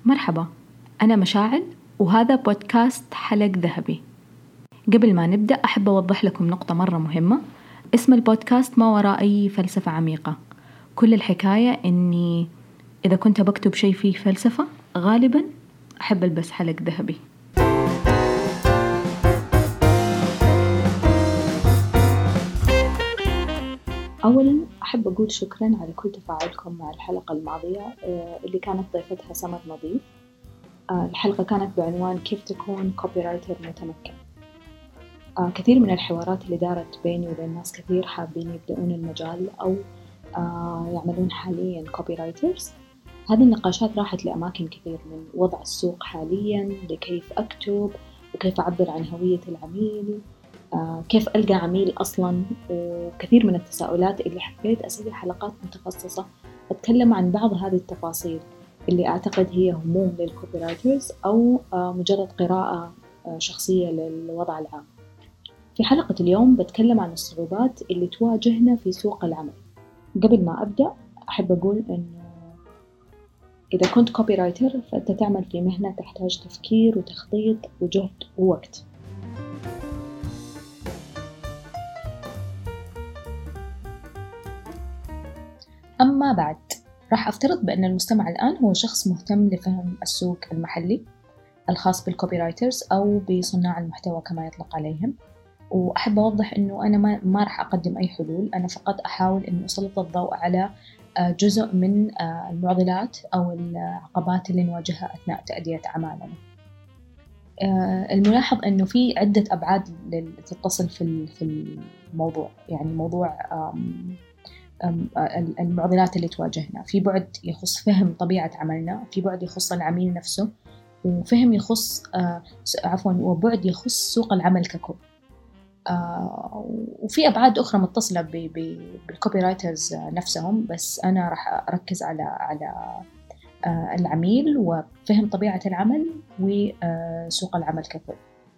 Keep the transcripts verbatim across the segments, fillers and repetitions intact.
مرحبا، أنا مشاعل وهذا بودكاست حلق ذهبي. قبل ما نبدأ أحب أوضح لكم نقطة مرة مهمة. اسم البودكاست ما وراء أي فلسفة عميقة. كل الحكاية أني إذا كنت بكتب شيء فيه فلسفة غالبا أحب ألبس حلق ذهبي. أولا أحب أقول شكرا على كل تفاعلكم مع الحلقة الماضية اللي كانت ضيفتها سمر نظيف. الحلقة كانت بعنوان كيف تكون كوبي رايتر متمكن. كثير من الحوارات اللي دارت بيني وبين ناس كثير حابين يبدأون المجال أو يعملون حاليا كوبي رايترز. هذه النقاشات راحت لأماكن كثير، من وضع السوق حاليا لكيف أكتب وكيف أعبر عن هوية العميل، كيف ألقى عميل أصلا، وكثير من التساؤلات اللي حبيت أسوي حلقات متخصصة أتكلم عن بعض هذه التفاصيل اللي أعتقد هي هموم للكوبي رايترز أو مجرد قراءة شخصية للوضع العام. في حلقة اليوم بتكلم عن الصعوبات اللي تواجهنا في سوق العمل. قبل ما أبدأ أحب أقول أنه إذا كنت كوبي رايتر فأنت تعمل في مهنة تحتاج تفكير وتخطيط وجهد ووقت. أما بعد راح أفترض بأن المستمع الآن هو شخص مهتم لفهم السوق المحلي الخاص بالكوبي رايترز أو بصناع المحتوى كما يطلق عليهم. وأحب أوضح أنه أنا ما, ما راح أقدم أي حلول، أنا فقط أحاول أن أسلط الضوء على جزء من المعضلات أو العقبات اللي نواجهها أثناء تأدية أعمالنا. الملاحظ أنه في عدة أبعاد تتصل في الموضوع، يعني موضوع المعضلات اللي تواجهنا. في بعد يخص فهم طبيعة عملنا، في بعد يخص العميل نفسه، وفهم يخص عفوا وبعد يخص سوق العمل ككل. آه وفي أبعاد أخرى متصلة بالكوبي رايترز نفسهم، بس أنا راح أركز على على آه العميل وفهم طبيعة العمل وسوق العمل ككل.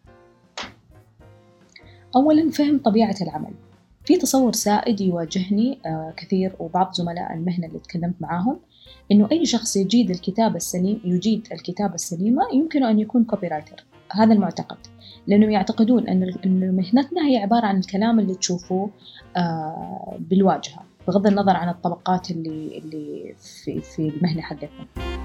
أولاً فهم طبيعة العمل. في تصور سائد يواجهني آه كثير وبعض زملاء المهنة اللي تكلمت معاهم، إنه أي شخص يجيد الكتابة السليم يجيد الكتابة السليمة يمكن أن يكون كوبي رايتر. هذا المعتقد، لأنهم يعتقدون أن مهنتنا هي عبارة عن الكلام اللي تشوفوه آه بالواجهة، بغض النظر عن الطبقات اللي اللي في في المهنة حقتنا.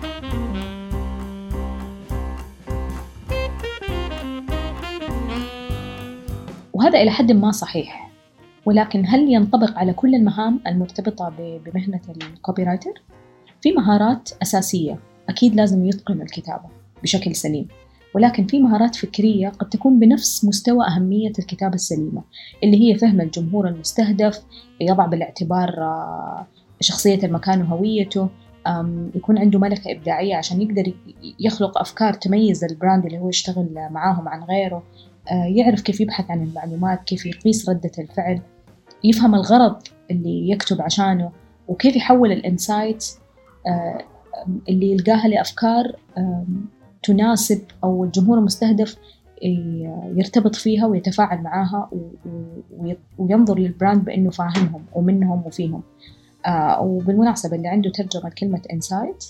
وهذا إلى حد ما صحيح، ولكن هل ينطبق على كل المهام المرتبطة بمهنة الكوبي رايتر؟ في مهارات أساسية أكيد لازم يتقن الكتابة بشكل سليم، ولكن في مهارات فكرية قد تكون بنفس مستوى أهمية الكتابة السليمة، اللي هي فهم الجمهور المستهدف، يضع بالاعتبار شخصية المكان وهويته، يكون عنده ملكة إبداعية عشان يقدر يخلق أفكار تميز البراند اللي هو يشتغل معاهم عن غيره، يعرف كيف يبحث عن المعلومات، كيف يقيس ردة الفعل، يفهم الغرض اللي يكتب عشانه، وكيف يحول الانسايت اللي يلقاها لأفكار تناسب أو الجمهور المستهدف يرتبط فيها ويتفاعل معاها وينظر للبراند بأنه فاهمهم ومنهم وفيهم. وبالمناسبة اللي عنده ترجمة كلمة إنسايت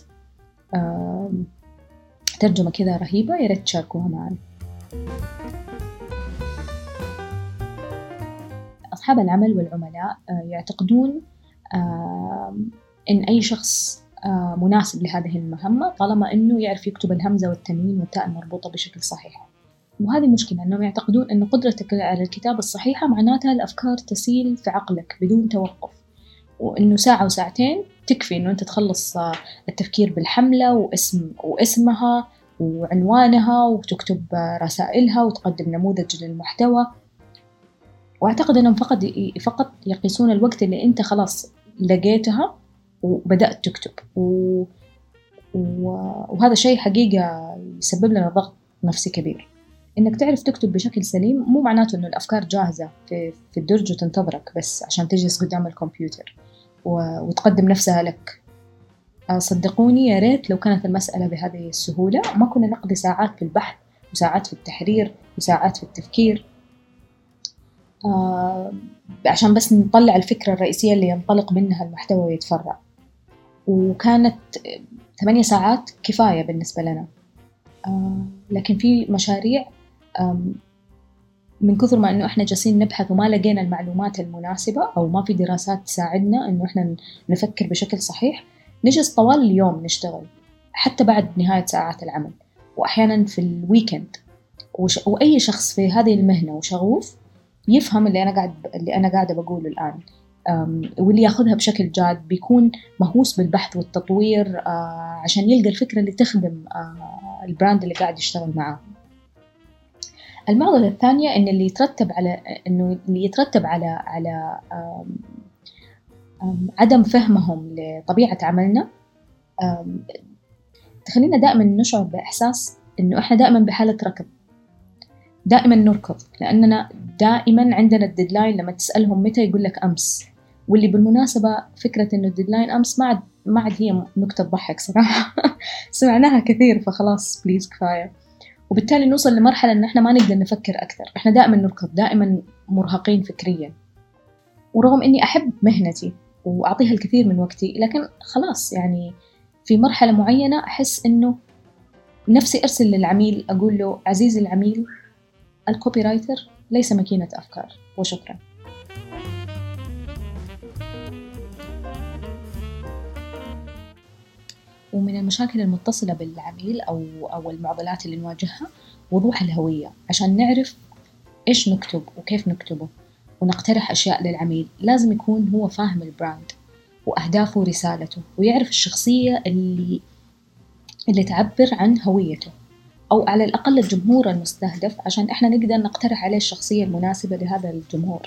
ترجمة كذا رهيبة، يا ريت تشاركوها معنا. أصحاب العمل والعملاء يعتقدون إن أي شخص مناسب لهذه المهمة طالما أنه يعرف يكتب الهمزة والتنوين والتاء المربوطة بشكل صحيح. وهذه مشكلة، أنهم يعتقدون أن قدرتك على الكتابة الصحيحة معناتها الأفكار تسيل في عقلك بدون توقف، وأنه ساعة وساعتين تكفي أنه أنت تخلص التفكير بالحملة واسم واسمها وعنوانها وتكتب رسائلها وتقدم نموذج للمحتوى. وأعتقد أنهم فقط فقط يقيسون الوقت اللي أنت خلاص لقيتها وبدأت تكتب، و... و... وهذا شيء حقيقة يسبب لنا ضغط نفسي كبير. إنك تعرف تكتب بشكل سليم مو معناته إنه الأفكار جاهزة في, في الدرج وتنتظرك بس عشان تجلس قدام الكمبيوتر و... وتقدم نفسها لك. صدقوني يا ريت لو كانت المسألة بهذه السهولة ما كنا نقضي ساعات في البحث وساعات في التحرير وساعات في التفكير آه عشان بس نطلع الفكرة الرئيسية اللي ينطلق منها المحتوى ويتفرع. وكانت ثمانية ساعات كفاية بالنسبة لنا. آه لكن في مشاريع من كثر ما إنه إحنا جالسين نبحث وما لقينا المعلومات المناسبة أو ما في دراسات تساعدنا إنه إحنا نفكر بشكل صحيح، نجلس طوال اليوم نشتغل حتى بعد نهاية ساعات العمل، وأحياناً في الويكند. وش... وأي شخص في هذه المهنة وشغوف يفهم اللي أنا قاعد اللي أنا قاعدة بقوله الآن، واللي ياخذها بشكل جاد بيكون مهووس بالبحث والتطوير آه عشان يلقى الفكرة اللي تخدم آه البراند اللي قاعد يشتغل معاه. المعضلة الثانية إن اللي يترتب على إنه اللي يترتب على على آم آم عدم فهمهم لطبيعة عملنا تخلينا دائما نشعر بإحساس إنه إحنا دائما بحالة ركض، دائما نركض، لأننا دائما عندنا الديدلاين. لما تسألهم متى يقول لك أمس، واللي بالمناسبة فكرة إنه الديدلاين أمس ما عاد ما عاد هي نكتة ضحك صراحة سمعناها كثير، فخلاص بليز كفاية. وبالتالي نوصل لمرحلة إن إحنا ما نقدر نفكر أكثر، إحنا دائما نركض، دائما مرهقين فكريا. ورغم إني أحب مهنتي وأعطيها الكثير من وقتي، لكن خلاص يعني في مرحلة معينة أحس إنه نفسي أرسل للعميل أقول له عزيزي العميل، الكوبي رايتر ليس ماكينة أفكار، وشكرا. ومن المشاكل المتصلة بالعميل أو أو المعضلات اللي نواجهها وضوح الهوية، عشان نعرف إيش نكتب وكيف نكتبه ونقترح أشياء للعميل. لازم يكون هو فاهم البراند وأهدافه ورسالته، ويعرف الشخصية اللي اللي تعبر عن هويته، أو على الأقل الجمهور المستهدف، عشان إحنا نقدر نقترح عليه الشخصية المناسبة لهذا الجمهور.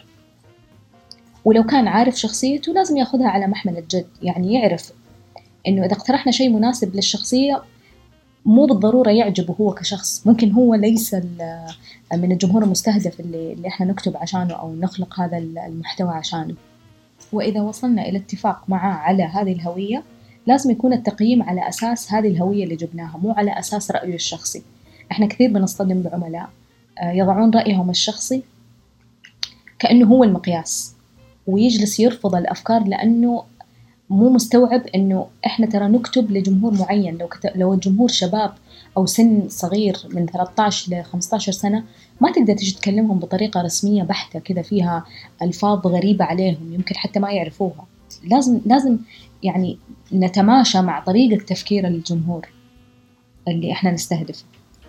ولو كان عارف شخصيته لازم يأخذها على محمل الجد، يعني يعرف إنه إذا اقترحنا شيء مناسب للشخصية مو بالضرورة يعجبه هو كشخص، ممكن هو ليس من الجمهور المستهدف اللي, اللي إحنا نكتب عشانه أو نخلق هذا المحتوى عشانه. وإذا وصلنا إلى اتفاق معاه على هذه الهوية، لازم يكون التقييم على أساس هذه الهوية اللي جبناها، مو على أساس رأيه الشخصي. إحنا كثير بنصطدم بعملاء يضعون رأيهم الشخصي كأنه هو المقياس، ويجلس يرفض الأفكار لأنه مو مستوعب إنه إحنا ترى نكتب لجمهور معين. لو كتب لو الجمهور شباب أو سن صغير من ثلاثة عشر ل خمسة عشر سنة، ما تقدر تيجي تكلمهم بطريقة رسمية بحتة كذا فيها ألفاظ غريبة عليهم يمكن حتى ما يعرفوها. لازم لازم يعني نتماشى مع طريقة تفكير الجمهور اللي إحنا نستهدفه.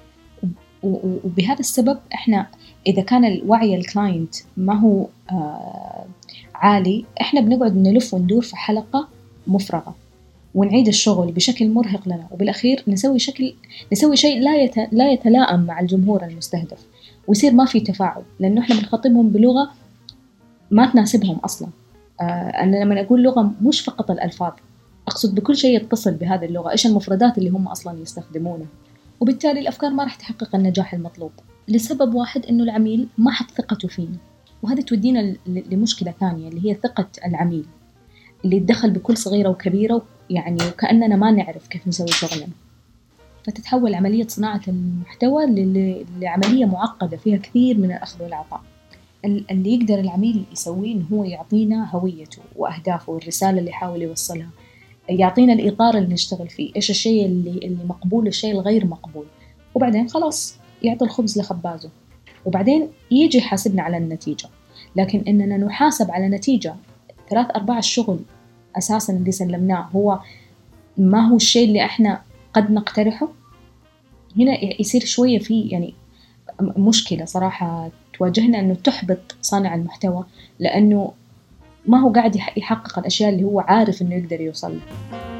وبهذا السبب إحنا إذا كان الوعي الكلاينت ما هو آه عالي، إحنا بنقعد نلف وندور في حلقة مفرغة ونعيد الشغل بشكل مرهق لنا، وبالأخير نسوي شكل نسوي شيء لا يت... لا يتلائم مع الجمهور المستهدف، ويصير ما في تفاعل، لأنه إحنا بنخاطبهم بلغة ما تناسبهم أصلاً. آه أنا لما أقول لغة مش فقط الألفاظ، أقصد بكل شيء يتصل بهذه اللغة، إيش المفردات اللي هم أصلاً يستخدمونها. وبالتالي الأفكار ما راح تحقق النجاح المطلوب لسبب واحد، إنه العميل ما حط ثقته فينا. وهذا تودينا لمشكلة ثانية اللي هي ثقة العميل اللي يتدخل بكل صغيرة وكبيرة، يعني وكأننا ما نعرف كيف نسوي شغلنا. فتتحول عملية صناعة المحتوى لعملية معقدة فيها كثير من الأخذ والعطاء. اللي يقدر العميل يسويه هو يعطينا هويته وأهدافه والرسالة اللي يحاول يوصلها، يعطينا الإطار اللي نشتغل فيه، إيش الشيء اللي اللي مقبول الشيء الغير مقبول، وبعدين خلاص يعطي الخبز لخبازه، وبعدين يجي يحاسبنا على النتيجة. لكن إننا نحاسب على نتيجة ثلاث أرباع الشغل أساساً اللي سلمناه هو ما هو الشيء اللي إحنا قد نقترحه، هنا يصير شوية فيه يعني مشكلة صراحة تواجهنا، إنه تحبط صانع المحتوى، لأنه ما هو قاعد يحقق الأشياء اللي هو عارف إنه يقدر يوصل لها.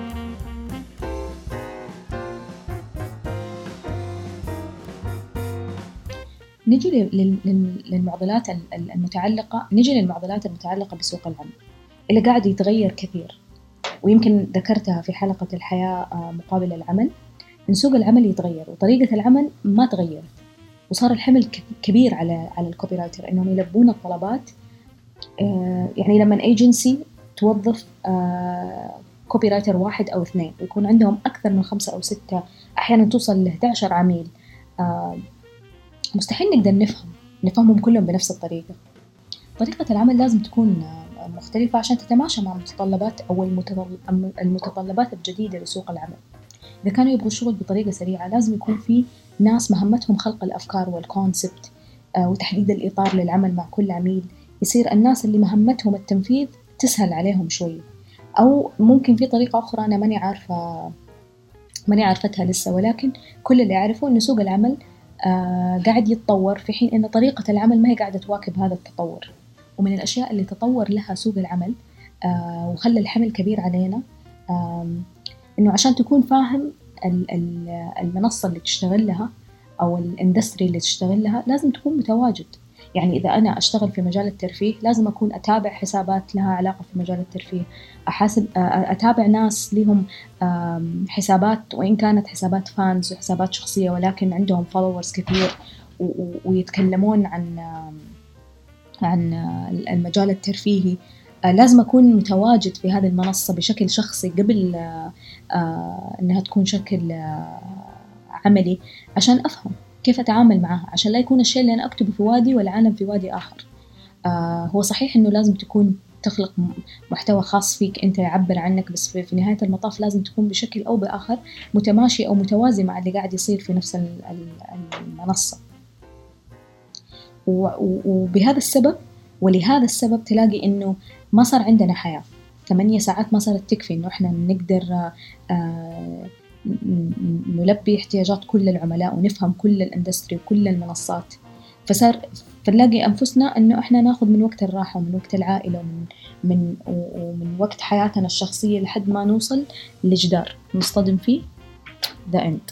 نجي للمعضلات المتعلقة نجي للمعضلات المتعلقة بسوق العمل اللي قاعد يتغير كثير، ويمكن ذكرتها في حلقة الحياة مقابل العمل، إن سوق العمل يتغير وطريقة العمل ما تغيرت، وصار الحمل كبير على على الكوبي رايتر إنهم يلبون الطلبات. يعني لما ايجنسي توظف كوبي رايتر واحد أو اثنين ويكون عندهم أكثر من خمسة أو ستة، أحيانا توصل ل إحدى عشر عميل، مستحيل نقدر نفهم نفهمهم كلهم بنفس الطريقة. طريقة العمل لازم تكون مختلفة عشان تتماشى مع متطلبات أو المتطلبات الجديدة لسوق العمل. إذا كانوا يبغوا الشغل بطريقة سريعة لازم يكون في ناس مهمتهم خلق الأفكار والكونسبت وتحديد الإطار للعمل مع كل عميل. يصير الناس اللي مهمتهم التنفيذ تسهل عليهم شوي. أو ممكن في طريقة أخرى أنا ماني عارفة ماني عارفتها لسه، ولكن كل اللي أعرفه إنه سوق العمل آه قاعد يتطور، في حين إن طريقة العمل ما هي قاعدة تواكب هذا التطور. ومن الأشياء اللي تطور لها سوق العمل آه وخلى الحمل كبير علينا آه إنه عشان تكون فاهم المنصة اللي تشتغل لها أو الاندستري اللي تشتغل لها لازم تكون متواجد. يعني إذا أنا أشتغل في مجال الترفيه لازم أكون أتابع حسابات لها علاقة في مجال الترفيه، أحاسب أتابع ناس لهم حسابات وإن كانت حسابات فانز وحسابات شخصية ولكن عندهم فولورز كثير ويتكلمون عن عن المجال الترفيهي. لازم أكون متواجد في هذه المنصة بشكل شخصي قبل أنها تكون شكل عملي، عشان أفهم كيف أتعامل معها، عشان لا يكون الشيء اللي أنا أكتبه في وادي والعالم في وادي آخر. آه هو صحيح إنه لازم تكون تخلق محتوى خاص فيك أنت يعبر عنك، بس في, في نهاية المطاف لازم تكون بشكل أو بآخر متماشي أو متوازي مع اللي قاعد يصير في نفس المنصة. وبهذا السبب ولهذا السبب تلاقي إنه ما صار عندنا حياة. ثمانية ساعات ما صارت تكفي إنه إحنا نقدر آه نلبي احتياجات كل العملاء ونفهم كل الاندستري وكل المنصات. فصار فنلاقي أنفسنا إنه إحنا ناخذ من وقت الراحة ومن وقت العائلة ومن من ومن وقت حياتنا الشخصية لحد ما نوصل لجدار نصطدم فيه the end.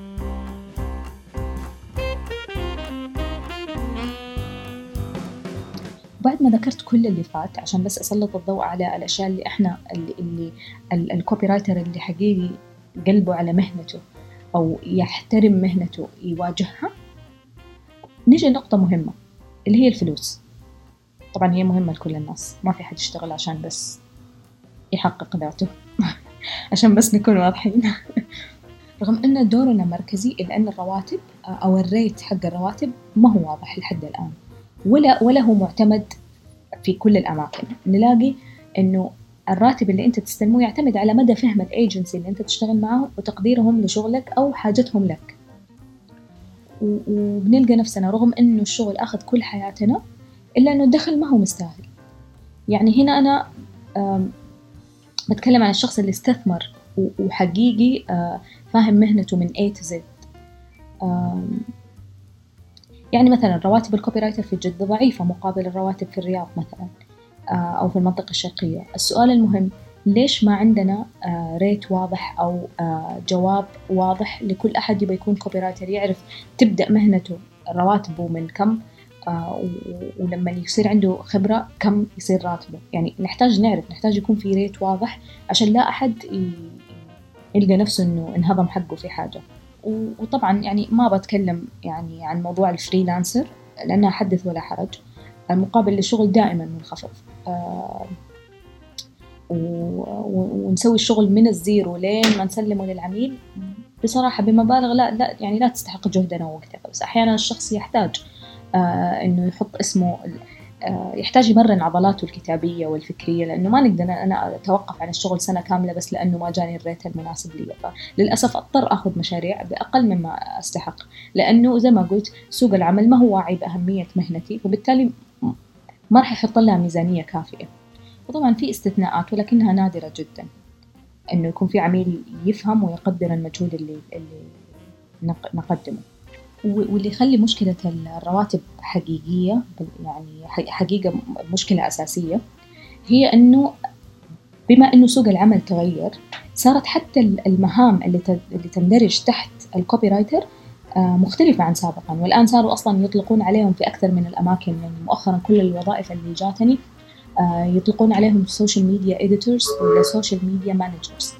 بعد ما ذكرت كل اللي فات عشان بس أسلط الضوء على الأشياء اللي إحنا اللي, اللي الكوبي رايتر اللي حقيقي قلبه على مهنته أو يحترم مهنته يواجهها، نيجي لنقطة مهمة اللي هي الفلوس. طبعا هي مهمة لكل الناس، ما في حد يشتغل عشان بس يحقق ذاته عشان بس نكون واضحين. رغم أن دورنا مركزي إلا أن الرواتب أو الريت حق الرواتب ما هو واضح لحد الآن، ولا ولا هو معتمد في كل الأماكن. نلاقي إنه الراتب اللي أنت تستلمه يعتمد على مدى فهم الأيجنسي اللي أنت تشتغل معه وتقديرهم لشغلك أو حاجتهم لك. وبنلقى نفسنا رغم إنه الشغل أخذ كل حياتنا إلا إنه الدخل ما هو مستاهل. يعني هنا أنا بتكلم عن الشخص اللي استثمر وحقيقي فاهم مهنته من A to Z. يعني مثلا رواتب الكوبي رايتر في جدة ضعيفة مقابل الرواتب في الرياض مثلا أو في المنطقة الشرقية. السؤال المهم ليش ما عندنا ريت واضح أو جواب واضح لكل أحد يبغى يكون كوبي رايتر، يعرف تبدأ مهنته رواتبه من كم ولما يصير عنده خبرة كم يصير راتبه. يعني نحتاج نعرف نحتاج يكون في ريت واضح عشان لا أحد يلقى نفسه إنه انهضم حقه في حاجة. وطبعا يعني ما بتكلم يعني عن موضوع الفريلانسر لأنها حدث ولا حرج، المقابل للشغل دائما منخفض. آه ونسوي الشغل من الزيرو لين ما نسلمه للعميل بصراحة بمبالغ لا لا يعني لا تستحق جهدنا ووقتنا. بس أحيانا الشخص يحتاج آه إنه يحط اسمه آه يحتاج يمرن عضلاته الكتابية والفكرية، لأنه ما نقدر أنا أتوقف عن الشغل سنة كاملة بس لأنه ما جاني الريت المناسب لي. فللأسف أضطر أخذ مشاريع بأقل مما أستحق، لأنه زي ما قلت سوق العمل ما هو واعي بأهمية مهنتي وبالتالي ما راح يحط لها ميزانية كافية. وطبعا في استثناءات ولكنها نادرة جدا إنه يكون في عميل يفهم ويقدر المجهود اللي اللي نقدمه. واللي يخلي مشكلة الرواتب حقيقية يعني حقيقة مشكلة أساسية هي إنه بما إنه سوق العمل تغير صارت حتى المهام اللي اللي تندرج تحت الكوبي رايتر مختلفة عن سابقا. والآن صاروا أصلا يطلقون عليهم في أكثر من الأماكن. يعني مؤخرا كل الوظائف اللي جاتني يطلقون عليهم social media editors ولا social media managers.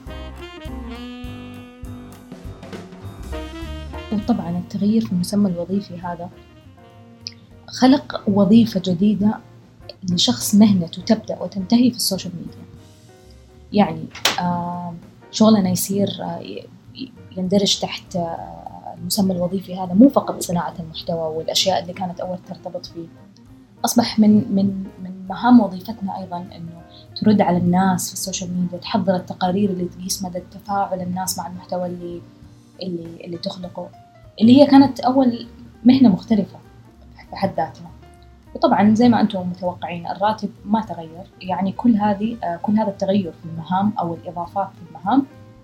وطبعا التغيير في المسمى الوظيفي هذا خلق وظيفة جديدة لشخص مهنته تبدأ وتنتهي في السوشيال ميديا. يعني شغلنا يصير يندرج تحت المسمى الوظيفي هذا مو فقط صناعة المحتوى والأشياء اللي كانت أول ترتبط فيه، أصبح من من من مهام وظيفتنا أيضاً إنه ترد على الناس في السوشيال ميديا، تحضر التقارير اللي تقيس مدى تفاعل الناس مع المحتوى اللي اللي اللي تخلقه، اللي هي كانت أول مهنة مختلفة بحد ذاتها. وطبعاً زي ما أنتم متوقعين الراتب ما تغير، يعني كل هذه كل هذا التغير في المهام أو الإضافات في المهام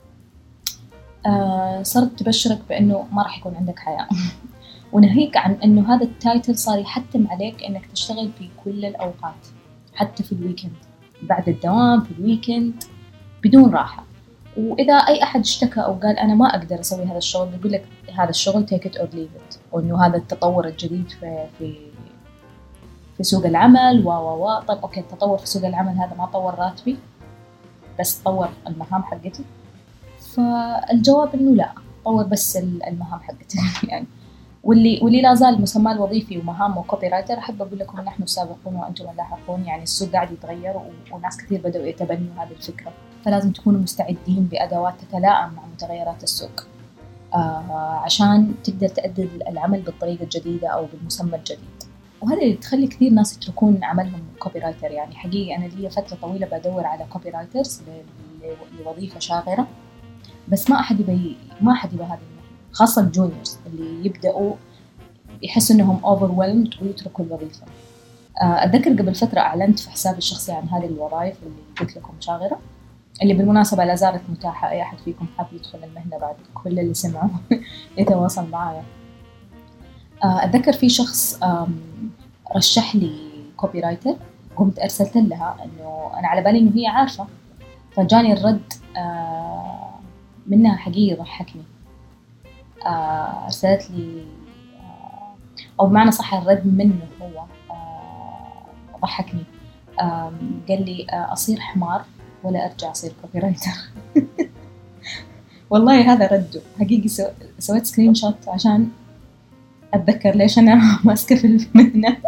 صارت تبشرك بأنه ما راح يكون عندك حياة وناهيك عن أنه هذا التايتل صار يحتم عليك أنك تشتغل في كل الأوقات، حتى في الويكند، بعد الدوام في الويكند بدون راحة. وإذا أي أحد اشتكى أو قال أنا ما أقدر أسوي هذا الشغل، بيقول لك هذا الشغل take it or leave it، وإنه هذا التطور الجديد في في في سوق العمل و و و طيب أوكي، التطور في سوق العمل هذا ما طور راتبي بس طور المهام حقتي. فالجواب إنه لا، طور بس المهام حقتي يعني. واللي واللي لا زال مسمى الوظيفي ومهام وكوبي رايتر، أحب أقول لكم نحن السابقون وأنتم اللاحقون، يعني السوق قاعد يتغير وناس كثير بدأوا يتبنوا هذه الفكرة، فلازم تكونوا مستعدين بأدوات تتلائم مع متغيرات السوق آه عشان تقدر تأدي العمل بالطريقة الجديدة أو بالمسمى الجديد. وهذا اللي تخلي كثير ناس يتركون عملهم كوبي رايتر. يعني حقيقي أنا لي فترة طويلة بدور على كوبي رايترز لوظيفة شاغرة، بس ما أحد يبي ما أحد يبي هذه المهنة، خاصة الجونيورز اللي يبدأوا يحسوا إنهم overwhelmed ويتركوا الوظيفة. أتذكر قبل فترة أعلنت في حسابي الشخصي عن هذه الوظائف اللي قلت لكم شاغرة، اللي بالمناسبة لا زالت متاحة، أي أحد فيكم حاب يدخل المهنة بعد كل اللي سمعوا يتواصل معايا. أتذكر في شخص رشح لي كوبي رايتر، قمت أرسلت لها إنه أنا على بالي إنه هي عارفة، فجاني الرد منها حقيقي ضحكني. أرسلت لي أو بمعنى صح الرد منه هو ضحكني، قال لي أصير حمار ولا أرجع أصير كوبي رايتر. والله هذا رده حقيقي. سو... سويت سكرين شوت عشان أتذكر ليش أنا ماسكة في المهنة.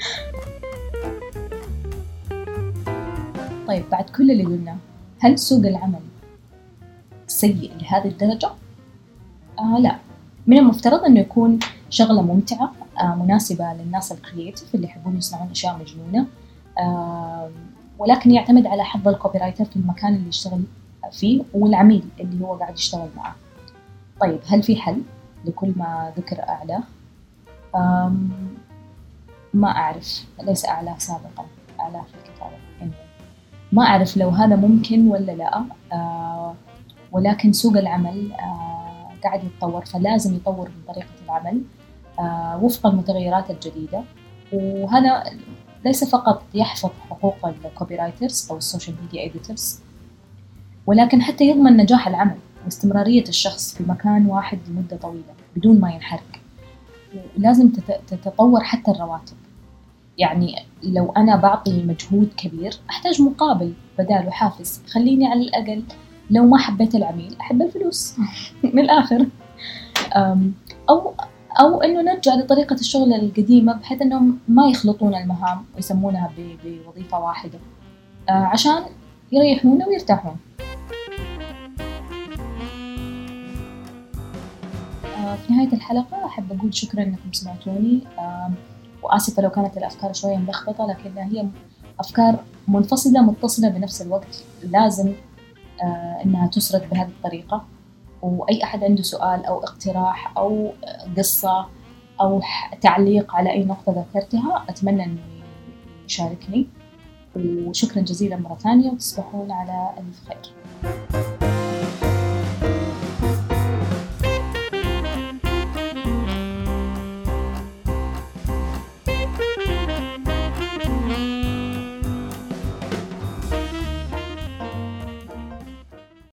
طيب بعد كل اللي قلنا، هل سوق العمل سيء لهذه الدرجة؟ آه لا، من المفترض أنه يكون شغلة ممتعة آه مناسبة للناس الكرياتيف اللي يحبون يصنعون أشياء مجنونة، آه ولكن يعتمد على حظ الكوبي رايتر في المكان اللي يشتغل فيه والعميل اللي هو قاعد يشتغل معه. طيب هل في حل لكل ما ذكر أعلاه؟ ما أعرف، ليس أعلاه سابقا، أعلاه في الكتابة يعني. ما أعرف لو هذا ممكن ولا لا، آه ولكن سوق العمل آه قاعد يتطور، فلازم يطور من طريقة العمل آه وفق المتغيرات الجديدة. وهذا ليس فقط يحفظ حقوق الكوبي رايترز أو السوشيال ميديا إديتورز، ولكن حتى يضمن نجاح العمل واستمرارية الشخص في مكان واحد لمدة طويلة بدون ما ينحرق. لازم تتطور حتى الرواتب، يعني لو أنا بعطي مجهود كبير أحتاج مقابل بدال وحافز، خليني على الأقل لو ما حبيت العميل أحب الفلوس من الآخر. أو أو إنه نرجع لطريقة الشغل القديمة بحيث إنهم ما يخلطون المهام ويسمونها بوظيفة واحدة عشان يريحون ويرتاحون. في نهاية الحلقة أحب أقول شكرا أنكم سمعتوني، وآسفة لو كانت الأفكار شوية ملخبطة، لكنها هي أفكار منفصلة متصلة بنفس الوقت، لازم أنها تسرد بهذه الطريقة. وأي أحد عنده سؤال أو اقتراح أو قصة أو تعليق على أي نقطة ذكرتها أتمنى أن يشاركني. وشكرا جزيلا مرة ثانية، وتصبحون على ألف خير.